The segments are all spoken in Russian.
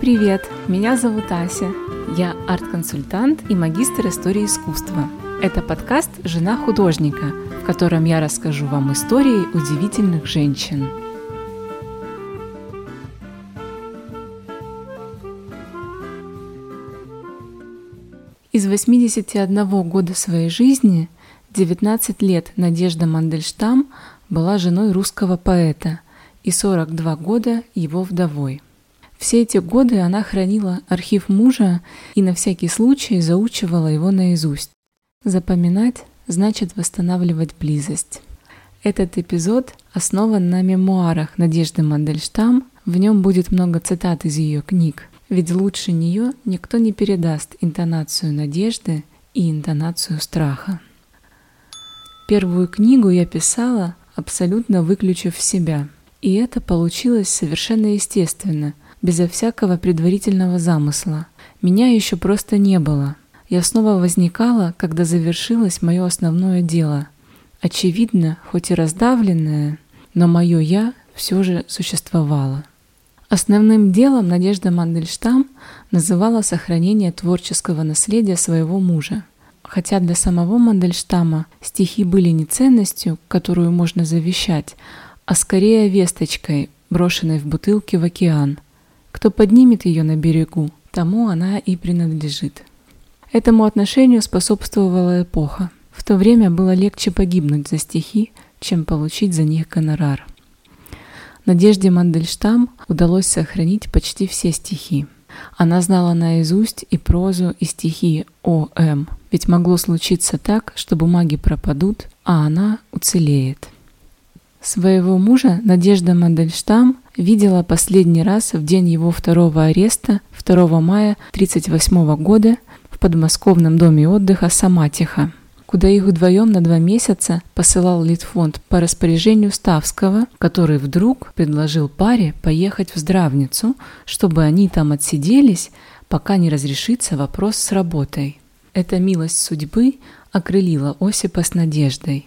Привет! Меня зовут Ася. Я арт-консультант и магистр истории искусства. Это подкаст «Жена художника», в котором я расскажу вам истории удивительных женщин. Из 81 года своей жизни 19 лет Надежда Мандельштам была женой русского поэта и 42 года его вдовой. Все эти годы она хранила архив мужа и на всякий случай заучивала его наизусть. Запоминать значит восстанавливать близость. Этот эпизод основан на мемуарах Надежды Мандельштам, в нем будет много цитат из ее книг, ведь лучше нее никто не передаст интонацию надежды и интонацию страха. Первую книгу я писала, абсолютно выключив себя, и это получилось совершенно естественно, безо всякого предварительного замысла. Меня еще просто не было. Я снова возникала, когда завершилось мое основное дело. Очевидно, хоть и раздавленное, но мое «я» все же существовало. Основным делом Надежда Мандельштам называла сохранение творческого наследия своего мужа. Хотя для самого Мандельштама стихи были не ценностью, которую можно завещать, а скорее весточкой, брошенной в бутылке в океан. Кто поднимет ее на берегу, тому она и принадлежит. Этому отношению способствовала эпоха. В то время было легче погибнуть за стихи, чем получить за них гонорар. Надежде Мандельштам удалось сохранить почти все стихи. Она знала наизусть и прозу, и стихи О.М., ведь могло случиться так, что бумаги пропадут, а она уцелеет. Своего мужа Надежда Мандельштам видела последний раз в день его второго ареста 2 мая 1938 года в подмосковном доме отдыха «Саматиха», куда их вдвоем на 2 месяца посылал Литфонд по распоряжению Ставского, который вдруг предложил паре поехать в Здравницу, чтобы они там отсиделись, пока не разрешится вопрос с работой. Эта милость судьбы окрылила Осипа с Надеждой.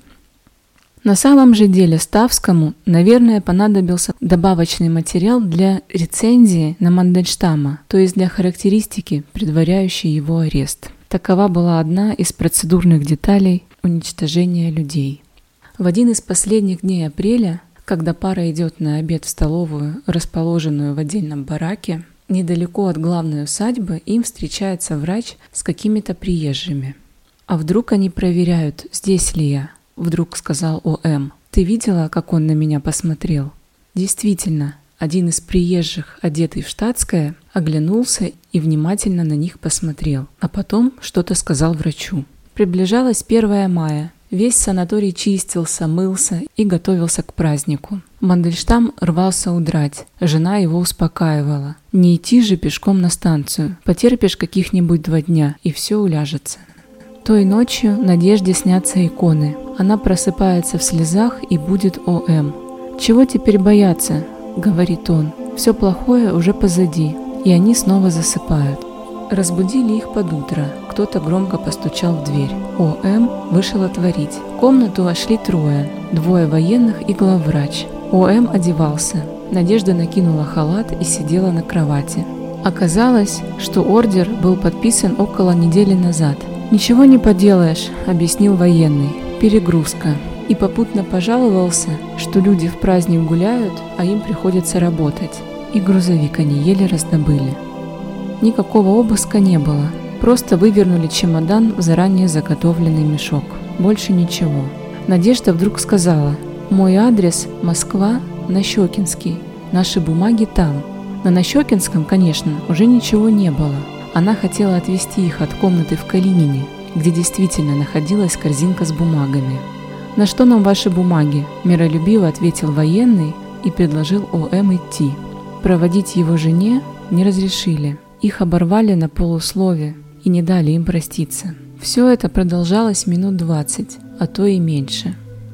На самом же деле Ставскому, наверное, понадобился добавочный материал для рецензии на Мандельштама, то есть для характеристики, предваряющей его арест. Такова была одна из процедурных деталей уничтожения людей. В один из последних дней апреля, когда пара идет на обед в столовую, расположенную в отдельном бараке, недалеко от главной усадьбы им встречается врач с какими-то приезжими. «А вдруг они проверяют, здесь ли я?» — вдруг сказал О.М. «Ты видела, как он на меня посмотрел?» Действительно, один из приезжих, одетый в штатское, оглянулся и внимательно на них посмотрел, а потом что-то сказал врачу. Приближалось 1 мая. Весь санаторий чистился, мылся и готовился к празднику. Мандельштам рвался удрать. Жена его успокаивала. «Не идти же пешком на станцию. Потерпишь каких-нибудь 2 дня, и все уляжется». Той ночью Надежде снятся иконы. Она просыпается в слезах и будет О.М. «Чего теперь бояться?» — говорит он. «Все плохое уже позади». И они снова засыпают. Разбудили их под утро. Кто-то громко постучал в дверь. О.М. вышел отворить. В комнату вошли 3. 2 военных и главврач. О.М. одевался. Надежда накинула халат и сидела на кровати. Оказалось, что ордер был подписан около недели назад. «Ничего не поделаешь», — объяснил военный. «Перегрузка». И попутно пожаловался, что люди в праздник гуляют, а им приходится работать. И грузовик они еле раздобыли. Никакого обыска не было. Просто вывернули чемодан в заранее заготовленный мешок. Больше ничего. Надежда вдруг сказала: «Мой адрес – Москва, Нащекинский. Наши бумаги там». На Нащекинском, конечно, уже ничего не было. Она хотела отвезти их от комнаты в Калинине, где действительно находилась корзинка с бумагами. «На что нам ваши бумаги?» – миролюбиво ответил военный и предложил О.М. идти. Проводить его жене не разрешили. Их оборвали на полуслове и не дали им проститься. Все это продолжалось минут 20, а то и меньше.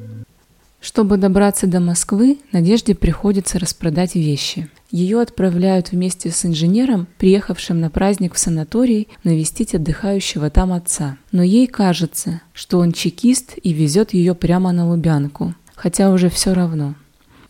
Чтобы добраться до Москвы, Надежде приходится распродать вещи. Ее отправляют вместе с инженером, приехавшим на праздник в санаторий, навестить отдыхающего там отца. Но ей кажется, что он чекист и везет ее прямо на Лубянку, хотя уже все равно.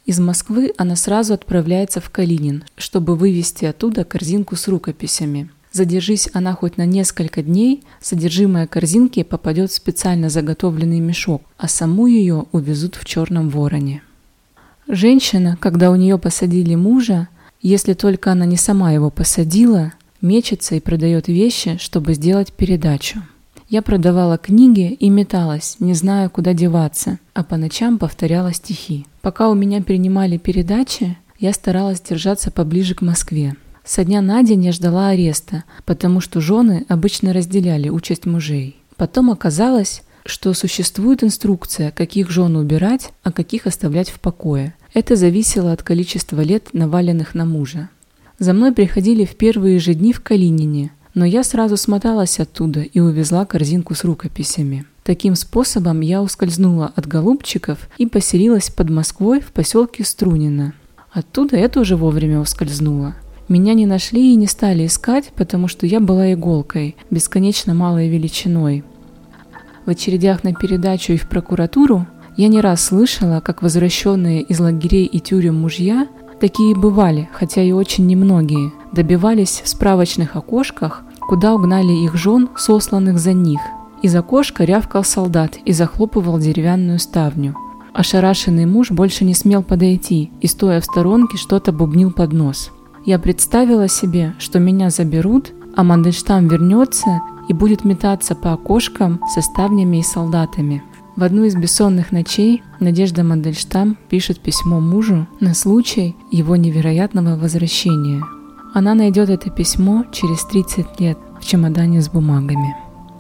Из Москвы она сразу отправляется в Калинин, чтобы вывезти оттуда корзинку с рукописями. Задержись она хоть на несколько дней, содержимое корзинки попадет в специально заготовленный мешок, а саму ее увезут в Черном Вороне. Женщина, когда у нее посадили мужа, если только она не сама его посадила, мечется и продает вещи, чтобы сделать передачу. Я продавала книги и металась, не зная, куда деваться, а по ночам повторяла стихи. Пока у меня принимали передачи, я старалась держаться поближе к Москве. Со дня на день я ждала ареста, потому что жены обычно разделяли участь мужей. Потом оказалось, что существует инструкция, каких жен убирать, а каких оставлять в покое. Это зависело от количества лет, наваленных на мужа. За мной приходили в первые же дни в Калинине, но я сразу смоталась оттуда и увезла корзинку с рукописями. Таким способом я ускользнула от голубчиков и поселилась под Москвой в поселке Струнино. Оттуда я тоже вовремя ускользнула. Меня не нашли и не стали искать, потому что я была иголкой, бесконечно малой величиной. В очередях на передачу и в прокуратуру я не раз слышала, как возвращенные из лагерей и тюрем мужья, такие бывали, хотя и очень немногие, добивались в справочных окошках, куда угнали их жен, сосланных за них. Из окошка рявкал солдат и захлопывал деревянную ставню. Ошарашенный муж больше не смел подойти и, стоя в сторонке, что-то бубнил под нос. Я представила себе, что меня заберут, а Мандельштам вернется и будет метаться по окошкам со ставнями и солдатами. В одну из бессонных ночей Надежда Мандельштам пишет письмо мужу на случай его невероятного возвращения. Она найдет это письмо через 30 лет в чемодане с бумагами.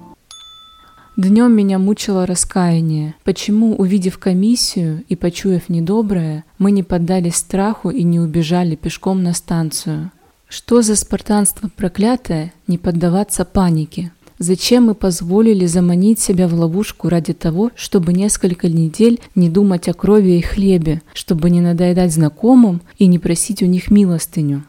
Днем меня мучило раскаяние. Почему, увидев комиссию и почуяв недоброе, мы не поддались страху и не убежали пешком на станцию? Что за спартанство проклятое не поддаваться панике? Зачем мы позволили заманить себя в ловушку ради того, чтобы несколько недель не думать о крови и хлебе, чтобы не надоедать знакомым и не просить у них милостыню?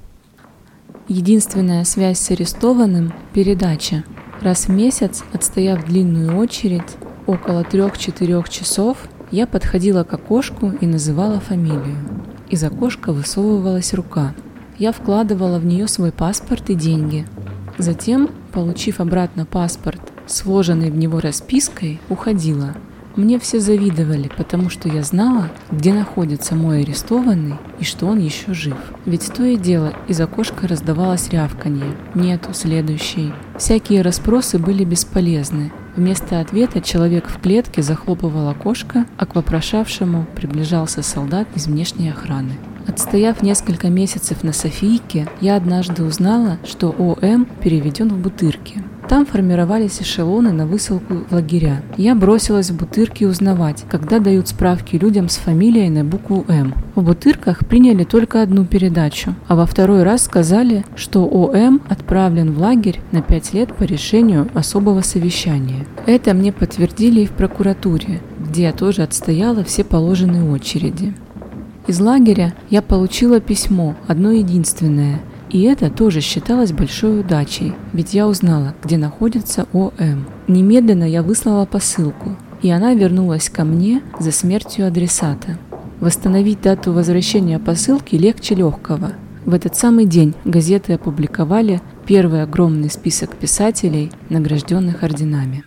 Единственная связь с арестованным – передача. Раз в месяц, отстояв длинную очередь, около 3-4 часов, я подходила к окошку и называла фамилию. Из окошка высовывалась рука. Я вкладывала в нее свой паспорт и деньги. Затем, получив обратно паспорт, сложенный в него распиской, уходила. Мне все завидовали, потому что я знала, где находится мой арестованный и что он еще жив. Ведь то и дело, из окошка раздавалось рявканье. Нету, следующий. Всякие расспросы были бесполезны. Вместо ответа человек в клетке захлопывал окошко, а к вопрошавшему приближался солдат из внешней охраны. Отстояв несколько месяцев на Софийке, я однажды узнала, что ОМ переведен в Бутырки. Там формировались эшелоны на высылку в лагеря. Я бросилась в Бутырки узнавать, когда дают справки людям с фамилией на букву М. В Бутырках приняли только одну передачу, а во второй раз сказали, что ОМ отправлен в лагерь на 5 лет по решению особого совещания. Это мне подтвердили и в прокуратуре, где я тоже отстояла все положенные очереди. Из лагеря я получила письмо, одно единственное, и это тоже считалось большой удачей, ведь я узнала, где находится ОМ. Немедленно я выслала посылку, и она вернулась ко мне за смертью адресата. Восстановить дату возвращения посылки легче легкого. В этот самый день газеты опубликовали первый огромный список писателей, награжденных орденами.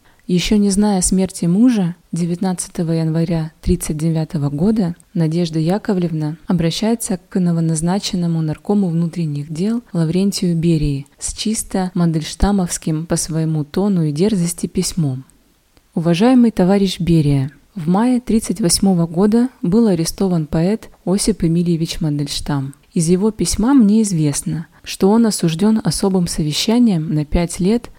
Еще не зная смерти мужа, 19 января 1939 года Надежда Яковлевна обращается к новоназначенному наркому внутренних дел Лаврентию Берии с чисто мандельштамовским по своему тону и дерзости письмом. «Уважаемый товарищ Берия, в мае 1938 года был арестован поэт Осип Эмильевич Мандельштам. Из его письма мне известно, что он осужден особым совещанием на 5 лет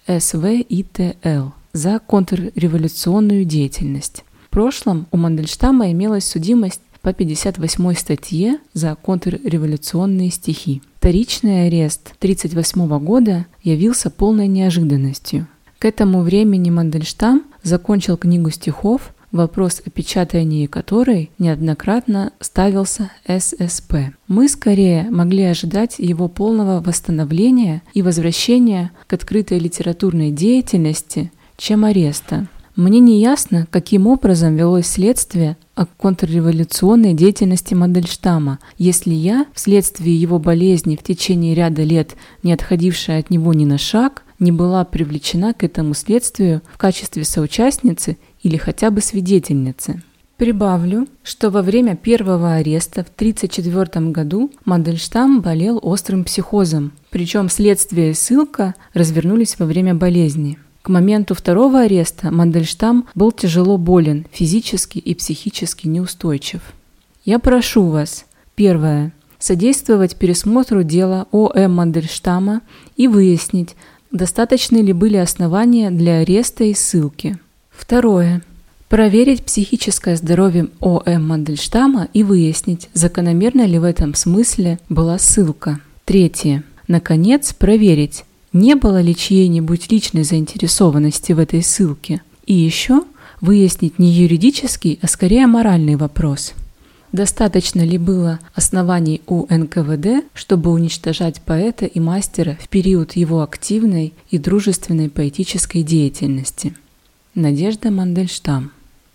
СВИТЛ за контрреволюционную деятельность. В прошлом у Мандельштама имелась судимость по 58 статье за контрреволюционные стихи. Вторичный арест 1938 года явился полной неожиданностью. К этому времени Мандельштам закончил книгу стихов, вопрос о печатании которой неоднократно ставился ССП. Мы скорее могли ожидать его полного восстановления и возвращения к открытой литературной деятельности, чем ареста. Мне не ясно, каким образом велось следствие о контрреволюционной деятельности Мандельштама, если я, вследствие его болезни в течение ряда лет, не отходившая от него ни на шаг, не была привлечена к этому следствию в качестве соучастницы или хотя бы свидетельницы. Прибавлю, что во время первого ареста в 1934 году Мандельштам болел острым психозом, причем следствие и ссылка развернулись во время болезни. К моменту второго ареста Мандельштам был тяжело болен, физически и психически неустойчив. Я прошу вас, первое, содействовать пересмотру дела О.М. Мандельштама и выяснить, достаточны ли были основания для ареста и ссылки. Второе. Проверить психическое здоровье О.М. Мандельштама и выяснить, закономерна ли в этом смысле была ссылка. Третье. Наконец, проверить, не было ли чьей-нибудь личной заинтересованности в этой ссылке. И еще выяснить не юридический, а скорее моральный вопрос. Достаточно ли было оснований у НКВД, чтобы уничтожать поэта и мастера в период его активной и дружественной поэтической деятельности? Надежда Мандельштам.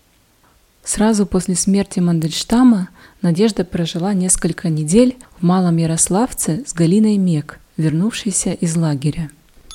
Сразу после смерти Мандельштама Надежда прожила несколько недель в Малом Ярославце с Галиной Мек, вернувшейся из лагеря.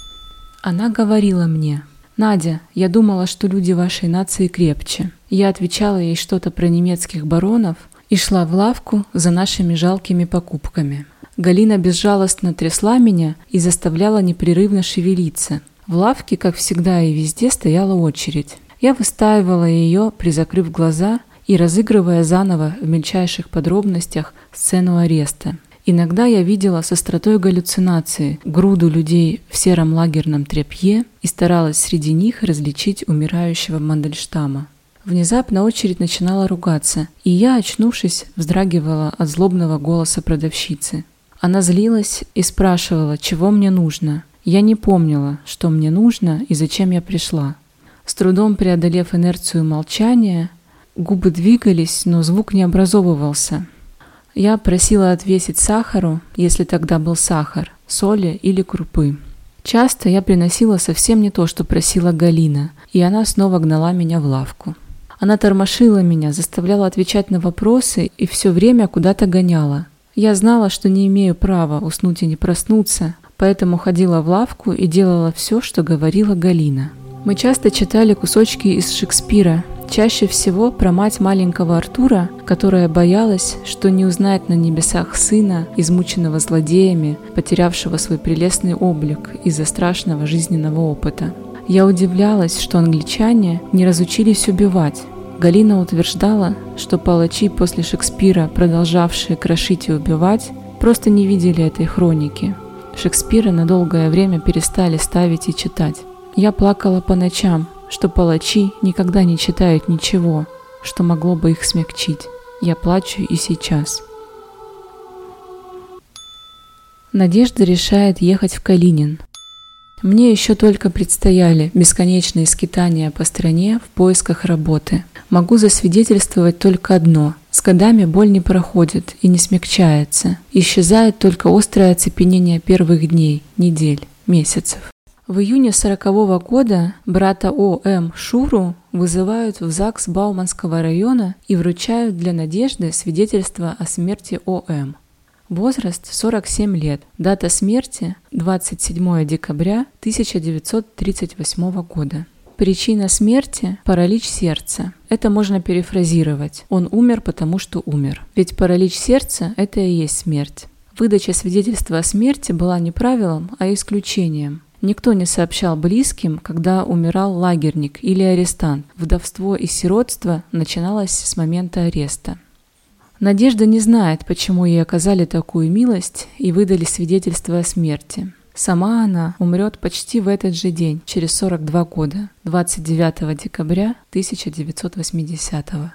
Она говорила мне: «Надя, я думала, что люди вашей нации крепче». Я отвечала ей что-то про немецких баронов и шла в лавку за нашими жалкими покупками. Галина безжалостно трясла меня и заставляла непрерывно шевелиться. В лавке, как всегда и везде, стояла очередь. Я выстаивала ее, призакрыв глаза и разыгрывая заново в мельчайших подробностях сцену ареста. Иногда я видела с остротой галлюцинации груду людей в сером лагерном тряпье и старалась среди них различить умирающего Мандельштама. Внезапно очередь начинала ругаться, и я, очнувшись, вздрагивала от злобного голоса продавщицы. Она злилась и спрашивала, чего мне нужно. Я не помнила, что мне нужно и зачем я пришла. С трудом преодолев инерцию молчания, губы двигались, но звук не образовывался. Я просила отвесить сахару, если тогда был сахар, соли или крупы. Часто я приносила совсем не то, что просила Галина, и она снова гнала меня в лавку. Она тормошила меня, заставляла отвечать на вопросы и все время куда-то гоняла. Я знала, что не имею права уснуть и не проснуться, поэтому ходила в лавку и делала все, что говорила Галина. Мы часто читали кусочки из Шекспира, чаще всего про мать маленького Артура, которая боялась, что не узнает на небесах сына, измученного злодеями, потерявшего свой прелестный облик из-за страшного жизненного опыта. Я удивлялась, что англичане не разучились убивать. Галина утверждала, что палачи после Шекспира, продолжавшие крошить и убивать, просто не видели этой хроники. Шекспира на долгое время перестали ставить и читать. Я плакала по ночам, что палачи никогда не читают ничего, что могло бы их смягчить. Я плачу и сейчас. Надежда решает ехать в Калинин. Мне еще только предстояли бесконечные скитания по стране в поисках работы. Могу засвидетельствовать только одно. С годами боль не проходит и не смягчается. Исчезает только острое оцепенение первых дней, недель, месяцев. В июне 1940 года брата О.М. Шуру вызывают в ЗАГС Бауманского района и вручают для Надежды свидетельство о смерти О.М. Возраст 47 лет. Дата смерти 27 декабря 1938 года. Причина смерти – паралич сердца. Это можно перефразировать. Он умер, потому что умер. Ведь паралич сердца – это и есть смерть. Выдача свидетельства о смерти была не правилом, а исключением. Никто не сообщал близким, когда умирал лагерник или арестант. Вдовство и сиротство начиналось с момента ареста. Надежда не знает, почему ей оказали такую милость и выдали свидетельство о смерти. Сама она умрет почти в этот же день, через 42 года, 29 декабря 1980-го.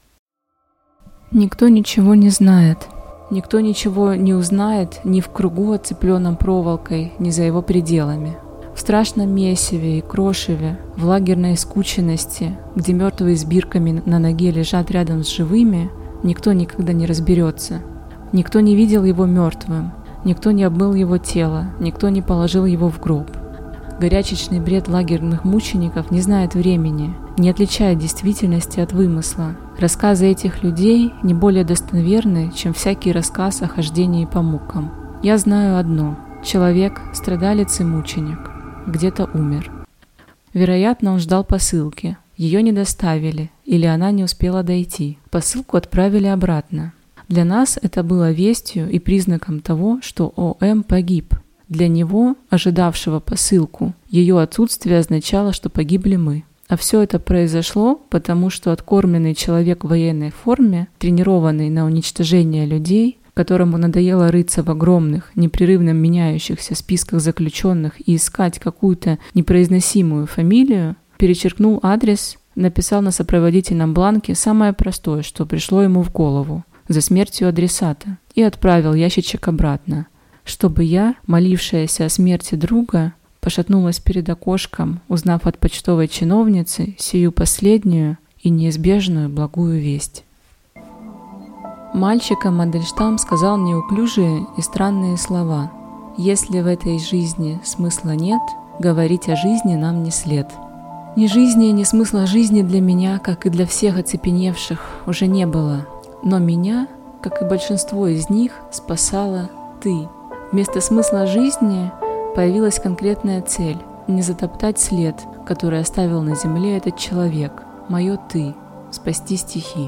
Никто ничего не знает. Никто ничего не узнает ни в кругу, оцепленном проволокой, ни за его пределами. В страшном месиве и крошеве, в лагерной скученности, где мертвые с бирками на ноге лежат рядом с живыми, никто никогда не разберется. Никто не видел его мертвым, никто не обмыл его тело, никто не положил его в гроб. Горячечный бред лагерных мучеников не знает времени, не отличает действительности от вымысла. Рассказы этих людей не более достоверны, чем всякий рассказ о хождении по мукам. Я знаю одно. Человек, страдалец и мученик, где-то умер. Вероятно, он ждал посылки. Ее не доставили, или она не успела дойти. Посылку отправили обратно. Для нас это было вестью и признаком того, что О.М. погиб. Для него, ожидавшего посылку, ее отсутствие означало, что погибли мы. А все это произошло, потому что откормленный человек в военной форме, тренированный на уничтожение людей, которому надоело рыться в огромных, непрерывно меняющихся списках заключенных и искать какую-то непроизносимую фамилию, перечеркнул адрес, написал на сопроводительном бланке самое простое, что пришло ему в голову, за смертью адресата, и отправил ящичек обратно, чтобы я, молившаяся о смерти друга, пошатнулась перед окошком, узнав от почтовой чиновницы сию последнюю и неизбежную благую весть. Мальчикам Мандельштам сказал неуклюжие и странные слова. «Если в этой жизни смысла нет, говорить о жизни нам не след». Ни жизни, ни смысла жизни для меня, как и для всех оцепеневших, уже не было. Но меня, как и большинство из них, спасала ты. Вместо смысла жизни появилась конкретная цель – не затоптать след, который оставил на земле этот человек, мое «ты», спасти стихи.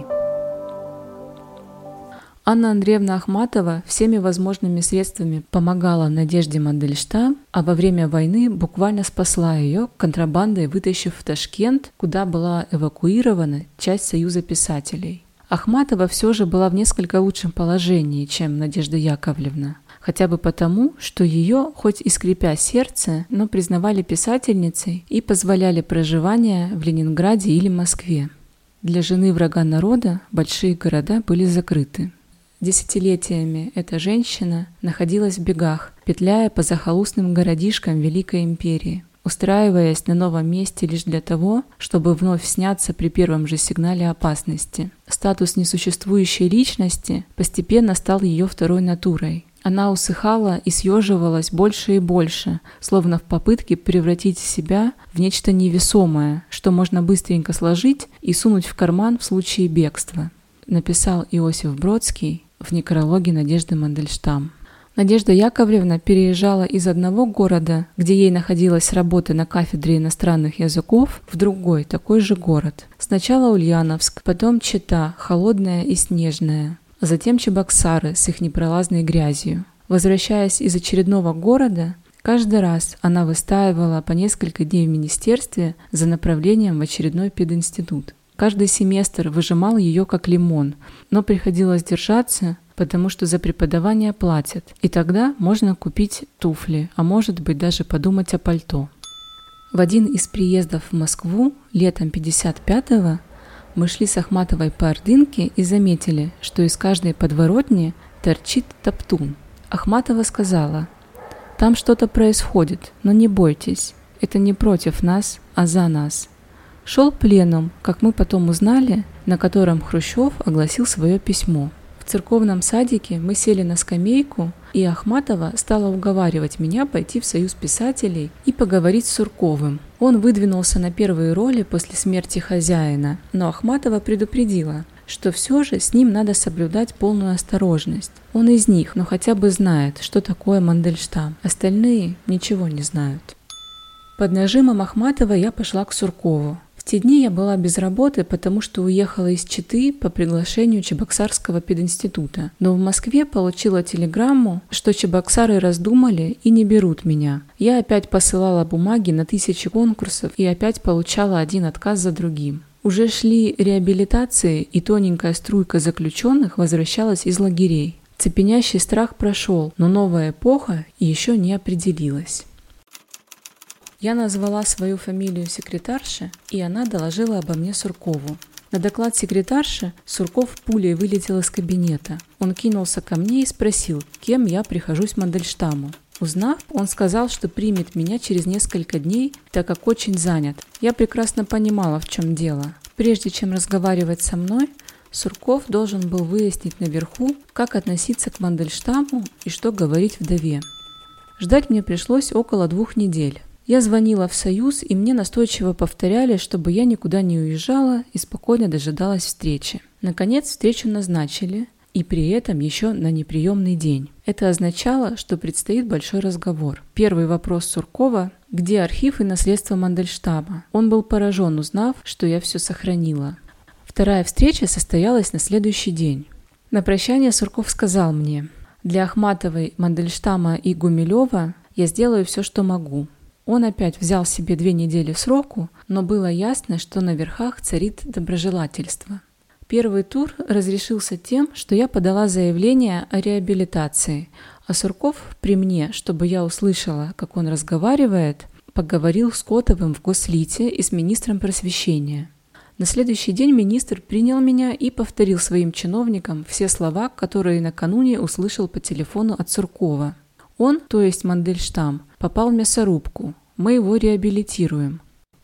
Анна Андреевна Ахматова всеми возможными средствами помогала Надежде Мандельштам, а во время войны буквально спасла ее, контрабандой вытащив в Ташкент, куда была эвакуирована часть Союза писателей. Ахматова все же была в несколько лучшем положении, чем Надежда Яковлевна. Хотя бы потому, что ее, хоть и скрипя сердце, но признавали писательницей и позволяли проживание в Ленинграде или Москве. Для жены врага народа большие города были закрыты. Десятилетиями эта женщина находилась в бегах, петляя по захолустным городишкам Великой империи, устраиваясь на новом месте лишь для того, чтобы вновь сняться при первом же сигнале опасности. Статус несуществующей личности постепенно стал ее второй натурой. Она усыхала и съеживалась больше и больше, словно в попытке превратить себя в нечто невесомое, что можно быстренько сложить и сунуть в карман в случае бегства, написал Иосиф Бродский в некрологе Надежды Мандельштам. Надежда Яковлевна переезжала из одного города, где ей находилась работа на кафедре иностранных языков, в другой, такой же город. Сначала Ульяновск, потом Чита, холодная и снежная. А затем Чебоксары с их непролазной грязью. Возвращаясь из очередного города, каждый раз она выстаивала по несколько дней в министерстве за направлением в очередной пединститут. Каждый семестр выжимал ее как лимон, но приходилось держаться, потому что за преподавание платят, и тогда можно купить туфли, а может быть даже подумать о пальто. В один из приездов в Москву летом 55-го мы шли с Ахматовой по Ордынке и заметили, что из каждой подворотни торчит топтун. Ахматова сказала: «Там что-то происходит, но не бойтесь, это не против нас, а за нас». Шел пленум, как мы потом узнали, на котором Хрущев огласил свое письмо. В церковном садике мы сели на скамейку, и Ахматова стала уговаривать меня пойти в Союз писателей и поговорить с Сурковым. Он выдвинулся на первые роли после смерти хозяина, но Ахматова предупредила, что все же с ним надо соблюдать полную осторожность. Он из них, но хотя бы знает, что такое Мандельштам. Остальные ничего не знают. Под нажимом Ахматова я пошла к Суркову. В те дни я была без работы, потому что уехала из Читы по приглашению Чебоксарского пединститута. Но в Москве получила телеграмму, что чебоксары раздумали и не берут меня. Я опять посылала бумаги на 1000 конкурсов и опять получала один отказ за другим. Уже шли реабилитации, и тоненькая струйка заключенных возвращалась из лагерей. Цепенящий страх прошел, но новая эпоха еще не определилась. Я назвала свою фамилию секретарше, и она доложила обо мне Суркову. На доклад секретарши Сурков пулей вылетел из кабинета. Он кинулся ко мне и спросил, кем я прихожусь Мандельштаму. Узнав, он сказал, что примет меня через несколько дней, так как очень занят. Я прекрасно понимала, в чем дело. Прежде чем разговаривать со мной, Сурков должен был выяснить наверху, как относиться к Мандельштаму и что говорить вдове. Ждать мне пришлось около 2 недель. Я звонила в Союз, и мне настойчиво повторяли, чтобы я никуда не уезжала и спокойно дожидалась встречи. Наконец встречу назначили, и при этом еще на неприемный день. Это означало, что предстоит большой разговор. Первый вопрос Суркова – где архив и наследство Мандельштама? Он был поражен, узнав, что я все сохранила. Вторая встреча состоялась на следующий день. На прощание Сурков сказал мне: «Для Ахматовой, Мандельштама и Гумилева я сделаю все, что могу». Он опять взял себе 2 недели сроку, но было ясно, что на верхах царит доброжелательство. Первый тур разрешился тем, что я подала заявление о реабилитации, а Сурков при мне, чтобы я услышала, как он разговаривает, поговорил с Котовым в Гослите и с министром просвещения. На следующий день министр принял меня и повторил своим чиновникам все слова, которые накануне услышал по телефону от Суркова. Он, то есть Мандельштам, попал в мясорубку. Мы его реабилитируем.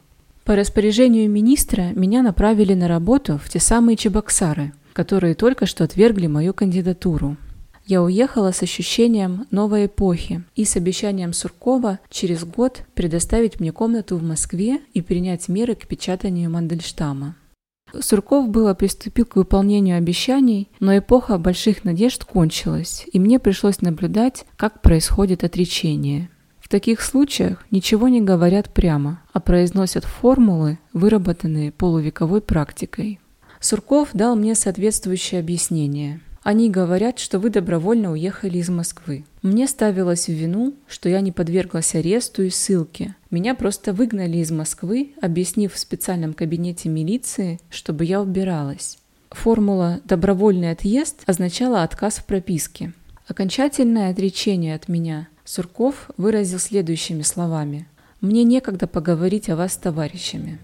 По распоряжению министра меня направили на работу в те самые Чебоксары, которые только что отвергли мою кандидатуру. Я уехала с ощущением новой эпохи и с обещанием Суркова через год предоставить мне комнату в Москве и принять меры к печатанию Мандельштама. Сурков было приступил к выполнению обещаний, но эпоха больших надежд кончилась, и мне пришлось наблюдать, как происходит отречение. В таких случаях ничего не говорят прямо, а произносят формулы, выработанные полувековой практикой. Сурков дал мне соответствующее объяснение. Они говорят, что вы добровольно уехали из Москвы. Мне ставилось в вину, что я не подверглась аресту и ссылке. Меня просто выгнали из Москвы, объяснив в специальном кабинете милиции, чтобы я убиралась. Формула «добровольный отъезд» означала отказ в прописке. Окончательное отречение от меня Сурков выразил следующими словами: «Мне некогда поговорить о вас с товарищами».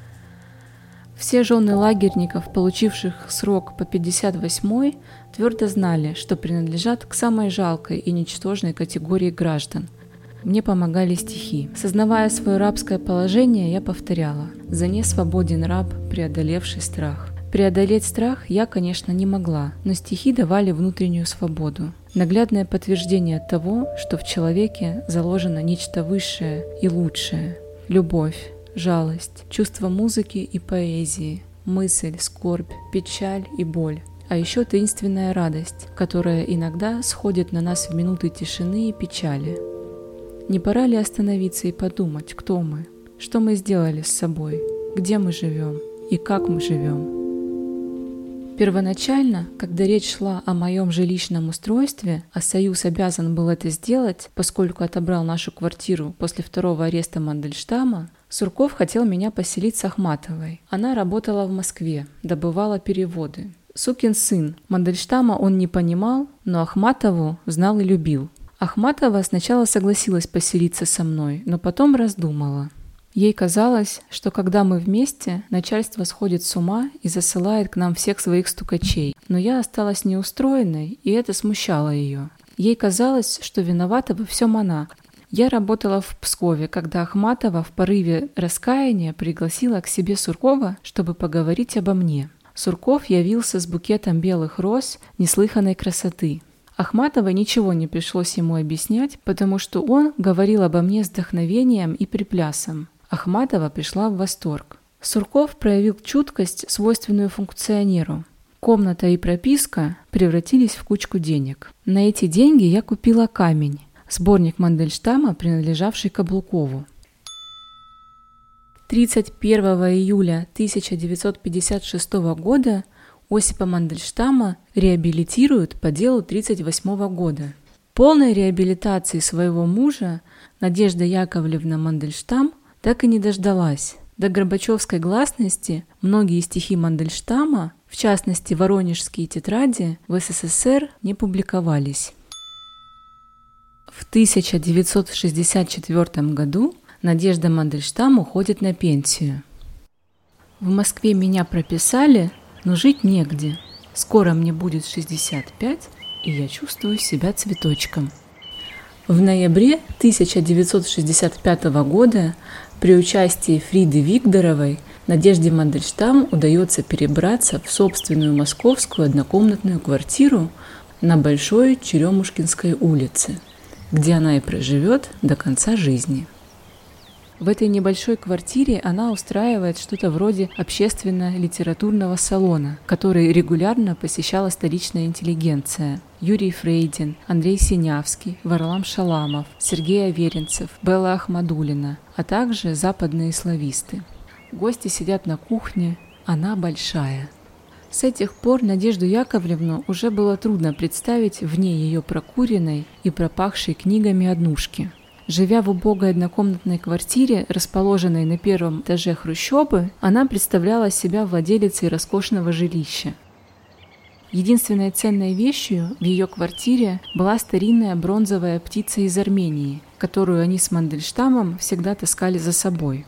Все жены лагерников, получивших срок по 58-й, твердо знали, что принадлежат к самой жалкой и ничтожной категории граждан. Мне помогали стихи. Сознавая свое рабское положение, я повторяла: «За не свободен раб, преодолевший страх». Преодолеть страх я, конечно, не могла, но стихи давали внутреннюю свободу. Наглядное подтверждение того, что в человеке заложено нечто высшее и лучшее. Любовь, жалость, чувство музыки и поэзии, мысль, скорбь, печаль и боль. А еще таинственная радость, которая иногда сходит на нас в минуты тишины и печали. Не пора ли остановиться и подумать, кто мы, что мы сделали с собой, где мы живем и как мы живем? Первоначально, когда речь шла о моем жилищном устройстве, а Союз обязан был это сделать, поскольку отобрал нашу квартиру после второго ареста Мандельштама, Сурков хотел меня поселить с Ахматовой. Она работала в Москве, добывала переводы. Сукин сын, Мандельштама он не понимал, но Ахматову знал и любил. Ахматова сначала согласилась поселиться со мной, но потом раздумала. Ей казалось, что когда мы вместе, начальство сходит с ума и засылает к нам всех своих стукачей. Но я осталась неустроенной, и это смущало ее. Ей казалось, что виновата во всем она. Я работала в Пскове, когда Ахматова в порыве раскаяния пригласила к себе Суркова, чтобы поговорить обо мне. Сурков явился с букетом белых роз неслыханной красоты. Ахматовой ничего не пришлось ему объяснять, потому что он говорил обо мне с вдохновением и приплясом. Ахматова пришла в восторг. Сурков проявил чуткость, свойственную функционеру. Комната и прописка превратились в кучку денег. На эти деньги я купила камень, сборник Мандельштама, принадлежавший Каблукову. 31 июля 1956 года Осипа Мандельштама реабилитируют по делу 1938 года. Полной реабилитации своего мужа Надежда Яковлевна Мандельштам так и не дождалась. До Горбачевской гласности многие стихи Мандельштама, в частности воронежские тетради, в СССР не публиковались. В 1964 году Надежда Мандельштам уходит на пенсию. В Москве меня прописали, но жить негде. Скоро мне будет 65, и я чувствую себя цветочком. В ноябре 1965 года при участии Фриды Вигдоровой Надежде Мандельштам удается перебраться в собственную московскую однокомнатную квартиру на Большой Черемушкинской улице, где она и проживет до конца жизни. В этой небольшой квартире она устраивает что-то вроде общественно-литературного салона, который регулярно посещала столичная интеллигенция. Юрий Фрейдин, Андрей Синявский, Варлам Шаламов, Сергей Аверинцев, Белла Ахмадуллина, а также западные слависты. Гости сидят на кухне, она большая. С этих пор Надежду Яковлевну уже было трудно представить вне ее прокуренной и пропахшей книгами однушки. Живя в убогой однокомнатной квартире, расположенной на первом этаже хрущобы, она представляла себя владелицей роскошного жилища. Единственной ценной вещью в ее квартире была старинная бронзовая птица из Армении, которую они с Мандельштамом всегда таскали за собой.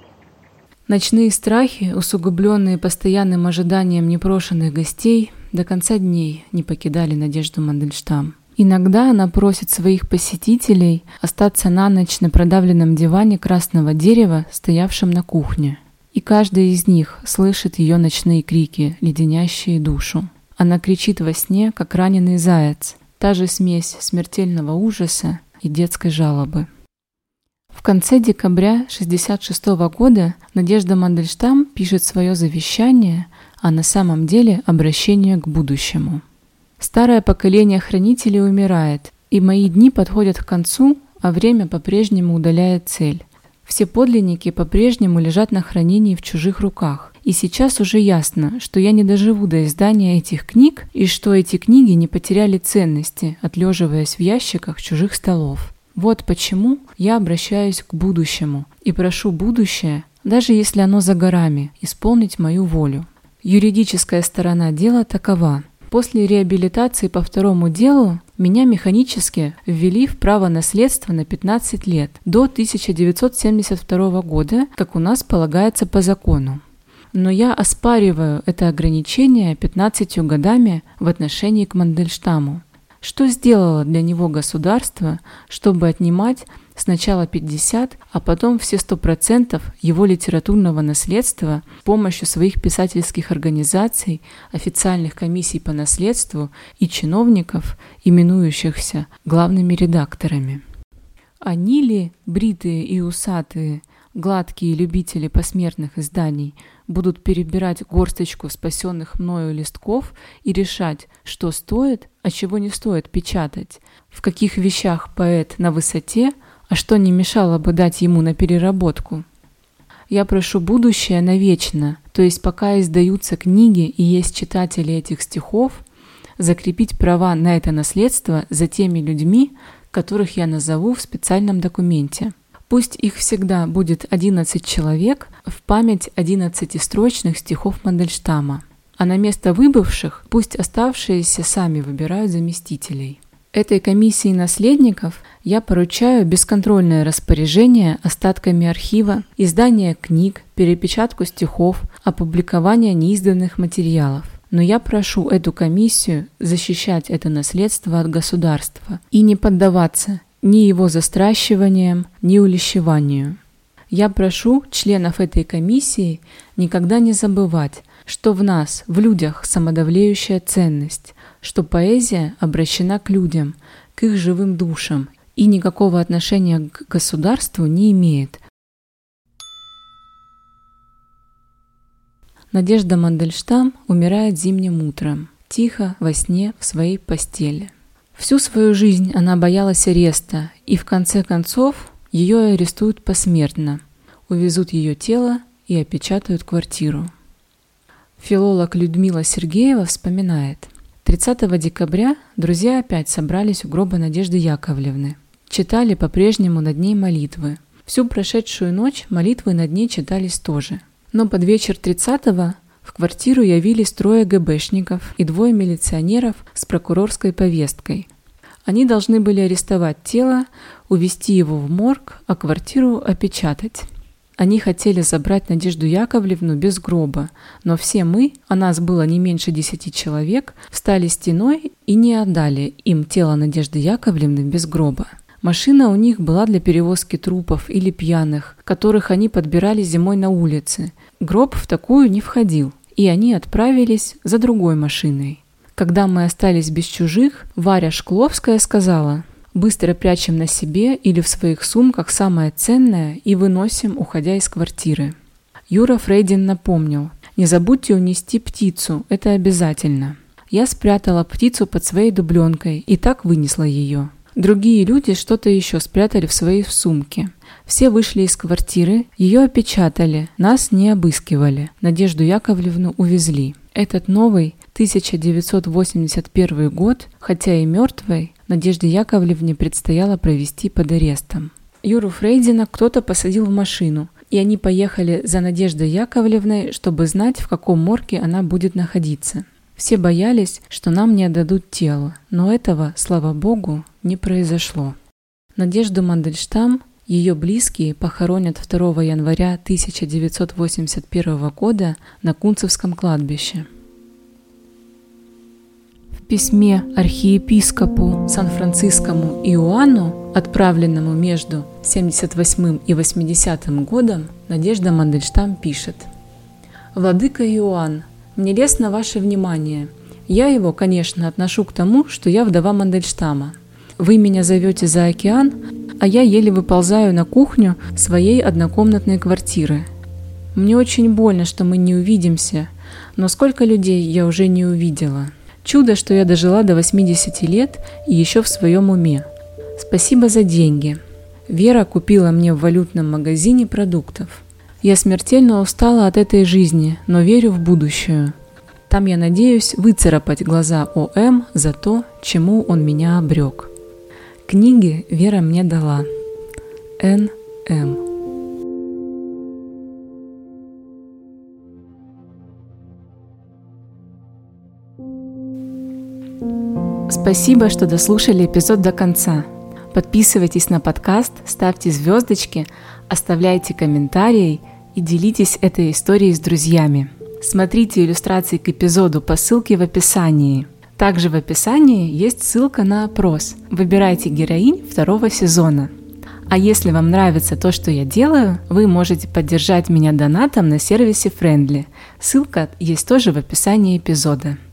Ночные страхи, усугубленные постоянным ожиданием непрошенных гостей, до конца дней не покидали Надежду Мандельштам. Иногда она просит своих посетителей остаться на ночь на продавленном диване красного дерева, стоявшем на кухне. И каждый из них слышит ее ночные крики, леденящие душу. Она кричит во сне, как раненый заяц, та же смесь смертельного ужаса и детской жалобы. В конце декабря 1966 года Надежда Мандельштам пишет свое завещание, а на самом деле обращение к будущему. Старое поколение хранителей умирает, и мои дни подходят к концу, а время по-прежнему удаляет цель. Все подлинники по-прежнему лежат на хранении в чужих руках. И сейчас уже ясно, что я не доживу до издания этих книг, и что эти книги не потеряли ценности, отлеживаясь в ящиках чужих столов. Вот почему я обращаюсь к будущему и прошу будущее, даже если оно за горами, исполнить мою волю. Юридическая сторона дела такова. После реабилитации по второму делу меня механически ввели в право наследства на 15 лет, до 1972 года, как у нас полагается по закону. Но я оспариваю это ограничение 15 годами в отношении к Мандельштаму. Что сделало для него государство, чтобы отнимать сначала 50, а потом все 100% его литературного наследства с помощью своих писательских организаций, официальных комиссий по наследству и чиновников, именующихся главными редакторами? Они ли, бритые и усатые, гладкие любители посмертных изданий, будут перебирать горсточку спасенных мною листков и решать, что стоит, а чего не стоит печатать, в каких вещах поэт на высоте, а что не мешало бы дать ему на переработку? Я прошу будущее навечно, то есть пока издаются книги и есть читатели этих стихов, закрепить права на это наследство за теми людьми, которых я назову в специальном документе. Пусть их всегда будет 11 человек в память 11-строчных стихов Мандельштама, а на место выбывших пусть оставшиеся сами выбирают заместителей. Этой комиссии наследников я поручаю бесконтрольное распоряжение остатками архива, издание книг, перепечатку стихов, опубликование неизданных материалов. Но я прошу эту комиссию защищать это наследство от государства и не поддаваться ни его застращиваниям, ни улещеванию. Я прошу членов этой комиссии никогда не забывать, что в нас, в людях, самодовлеющая ценность, что поэзия обращена к людям, к их живым душам и никакого отношения к государству не имеет. Надежда Мандельштам умирает зимним утром, тихо, во сне, в своей постели. Всю свою жизнь она боялась ареста, и в конце концов ее арестуют посмертно, увезут ее тело и опечатают квартиру. Филолог Людмила Сергеева вспоминает: 30 декабря друзья опять собрались у гроба Надежды Яковлевны. Читали по-прежнему над ней молитвы. Всю прошедшую ночь молитвы над ней читались тоже. Но под вечер 30-го в квартиру явились 3 ГБшников и 2 милиционеров с прокурорской повесткой. Они должны были арестовать тело, увезти его в морг, а квартиру опечатать. Они хотели забрать Надежду Яковлевну без гроба, но все мы, а нас было не меньше 10 человек, встали стеной и не отдали им тело Надежды Яковлевны без гроба. Машина у них была для перевозки трупов или пьяных, которых они подбирали зимой на улице. Гроб в такую не входил, и они отправились за другой машиной. Когда мы остались без чужих, Варя Шкловская сказала: Быстро прячем на себе или в своих сумках самое ценное и выносим, уходя из квартиры. Юра Фрейдин напомнил: не забудьте унести птицу, это обязательно. Я спрятала птицу под своей дубленкой и так вынесла ее. Другие люди что-то еще спрятали в своей сумке. Все вышли из квартиры, ее опечатали, нас не обыскивали. Надежду Яковлевну увезли. Этот новый 1981 год, хотя и мертвой, Надежде Яковлевне предстояло провести под арестом. Юру Фрейдина кто-то посадил в машину, и они поехали за Надеждой Яковлевной, чтобы знать, в каком морге она будет находиться. Все боялись, что нам не отдадут тело, но этого, слава богу, не произошло. Надежду Мандельштам ее близкие похоронят 2 января 1981 года на Кунцевском кладбище. В письме архиепископу Сан-Францискому Иоанну, отправленному между 78 и 80 годом, Надежда Мандельштам пишет: «Владыка Иоанн, мне лестно ваше внимание. Я его, конечно, отношу к тому, что я вдова Мандельштама. Вы меня зовете за океан, а я еле выползаю на кухню своей однокомнатной квартиры. Мне очень больно, что мы не увидимся, но сколько людей я уже не увидела. Чудо, что я дожила до 80 лет и еще в своем уме. Спасибо за деньги. Вера купила мне в валютном магазине продуктов. Я смертельно устала от этой жизни, но верю в будущее. Там я надеюсь выцарапать глаза ОМ за то, чему он меня обрек. Книги Вера мне дала. Н.М. Спасибо, что дослушали эпизод до конца. Подписывайтесь на подкаст, ставьте звездочки, оставляйте комментарии и делитесь этой историей с друзьями. Смотрите иллюстрации к эпизоду по ссылке в описании. Также в описании есть ссылка на опрос. Выбирайте героинь 2 сезона. А если вам нравится то, что я делаю, вы можете поддержать меня донатом на сервисе Friendly. Ссылка есть тоже в описании эпизода.